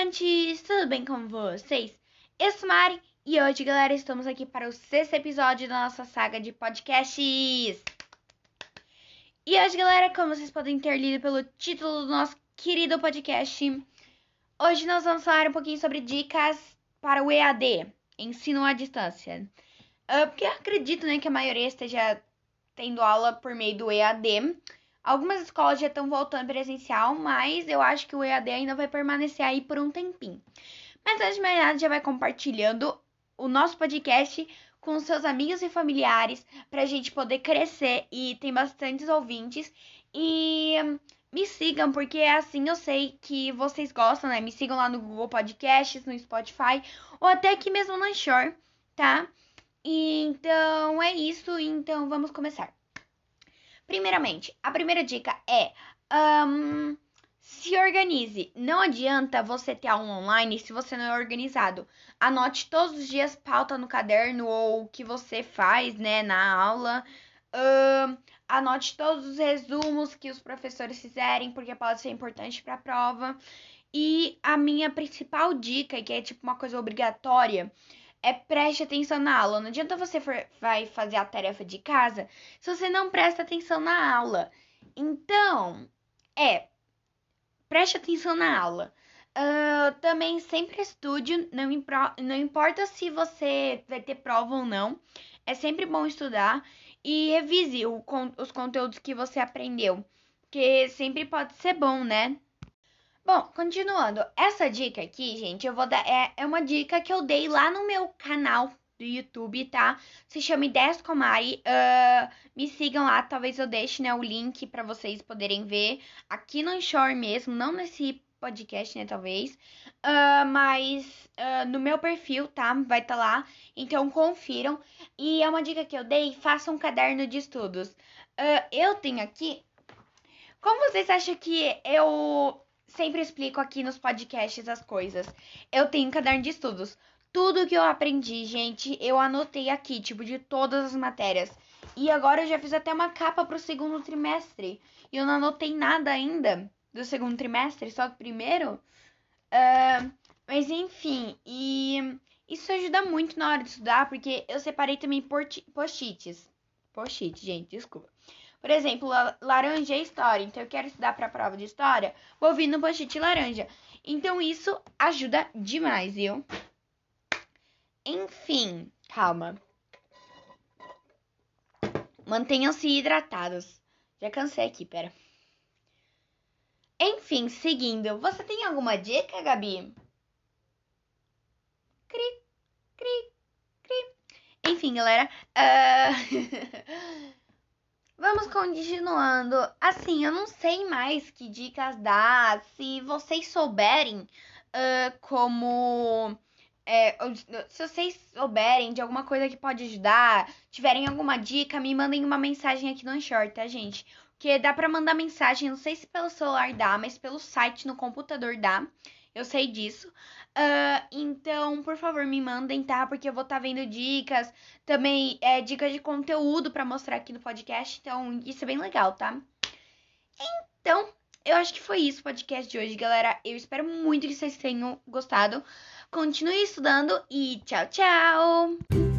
estudantes! Tudo bem com vocês? Eu sou Mari e hoje, galera, estamos aqui para o 6º episódio da nossa saga de podcasts. E hoje, galera, como vocês podem ter lido pelo título do nosso querido podcast, hoje nós vamos falar um pouquinho sobre dicas para o EAD, ensino à distância. Porque eu acredito, que a maioria esteja tendo aula por meio do EAD. Algumas escolas já estão voltando presencial, mas eu acho que o EAD ainda vai permanecer aí por um tempinho. Mas antes de mais nada, já vai compartilhando o nosso podcast com seus amigos e familiares pra gente poder crescer e tem bastantes ouvintes. E me sigam, porque assim eu sei que vocês gostam, né? Me sigam lá no Google Podcasts, no Spotify ou até aqui mesmo no Anchor, tá? Então é isso, então vamos começar. Primeiramente, a primeira dica é se organize. Não adianta você ter aula online se você não é organizado. Anote todos os dias pauta no caderno ou o que você faz, na aula. Anote todos os resumos que os professores fizerem, porque pode ser importante para a prova. E a minha principal dica, que é tipo uma coisa obrigatória, preste atenção na aula. Não adianta você vai fazer a tarefa de casa se você não presta atenção na aula. Então, preste atenção na aula. Também sempre estude, não importa se você vai ter prova ou não. É sempre bom estudar e revise os conteúdos que você aprendeu, porque sempre pode ser bom, né? Bom, continuando, essa dica aqui, gente, eu vou dar. É uma dica que eu dei lá no meu canal do YouTube, tá? Se chama Ideias com Mari. Me sigam lá, talvez eu deixe, o link pra vocês poderem ver aqui no Anchor mesmo, não nesse podcast, talvez. Mas no meu perfil, tá? Vai estar lá. Então confiram. E é uma dica que eu dei: faça um caderno de estudos. Eu tenho aqui. Como vocês acham que eu sempre explico aqui nos podcasts as coisas? Eu tenho um caderno de estudos. Tudo que eu aprendi, gente, eu anotei aqui, tipo, de todas as matérias. E agora eu já fiz até uma capa pro segundo trimestre. E eu não anotei nada ainda do segundo trimestre, só do primeiro. Mas enfim, e isso ajuda muito na hora de estudar, porque eu separei também post-its. Post-it, gente, desculpa. Por exemplo, laranja é história. Então, eu quero estudar para a prova de história, vou vir no post-it laranja. Então, isso ajuda demais, viu? Enfim, calma. Mantenham-se hidratados. Já cansei aqui, pera. Enfim, seguindo. Você tem alguma dica, Gabi? Cri, cri, cri. Enfim, galera. Vamos continuando. Assim, eu não sei mais que dicas dar. Se vocês souberem como. Se vocês souberem de alguma coisa que pode ajudar, tiverem alguma dica, me mandem uma mensagem aqui no Anchor, tá, gente? Porque dá pra mandar mensagem, não sei se pelo celular dá, mas pelo site no computador dá. Eu sei disso. Então, por favor, me mandem, tá? Porque eu vou estar vendo dicas. Também dicas de conteúdo pra mostrar aqui no podcast. Então, isso é bem legal, tá? Então, eu acho que foi isso o podcast de hoje, galera. Eu espero muito que vocês tenham gostado. Continue estudando e tchau, tchau!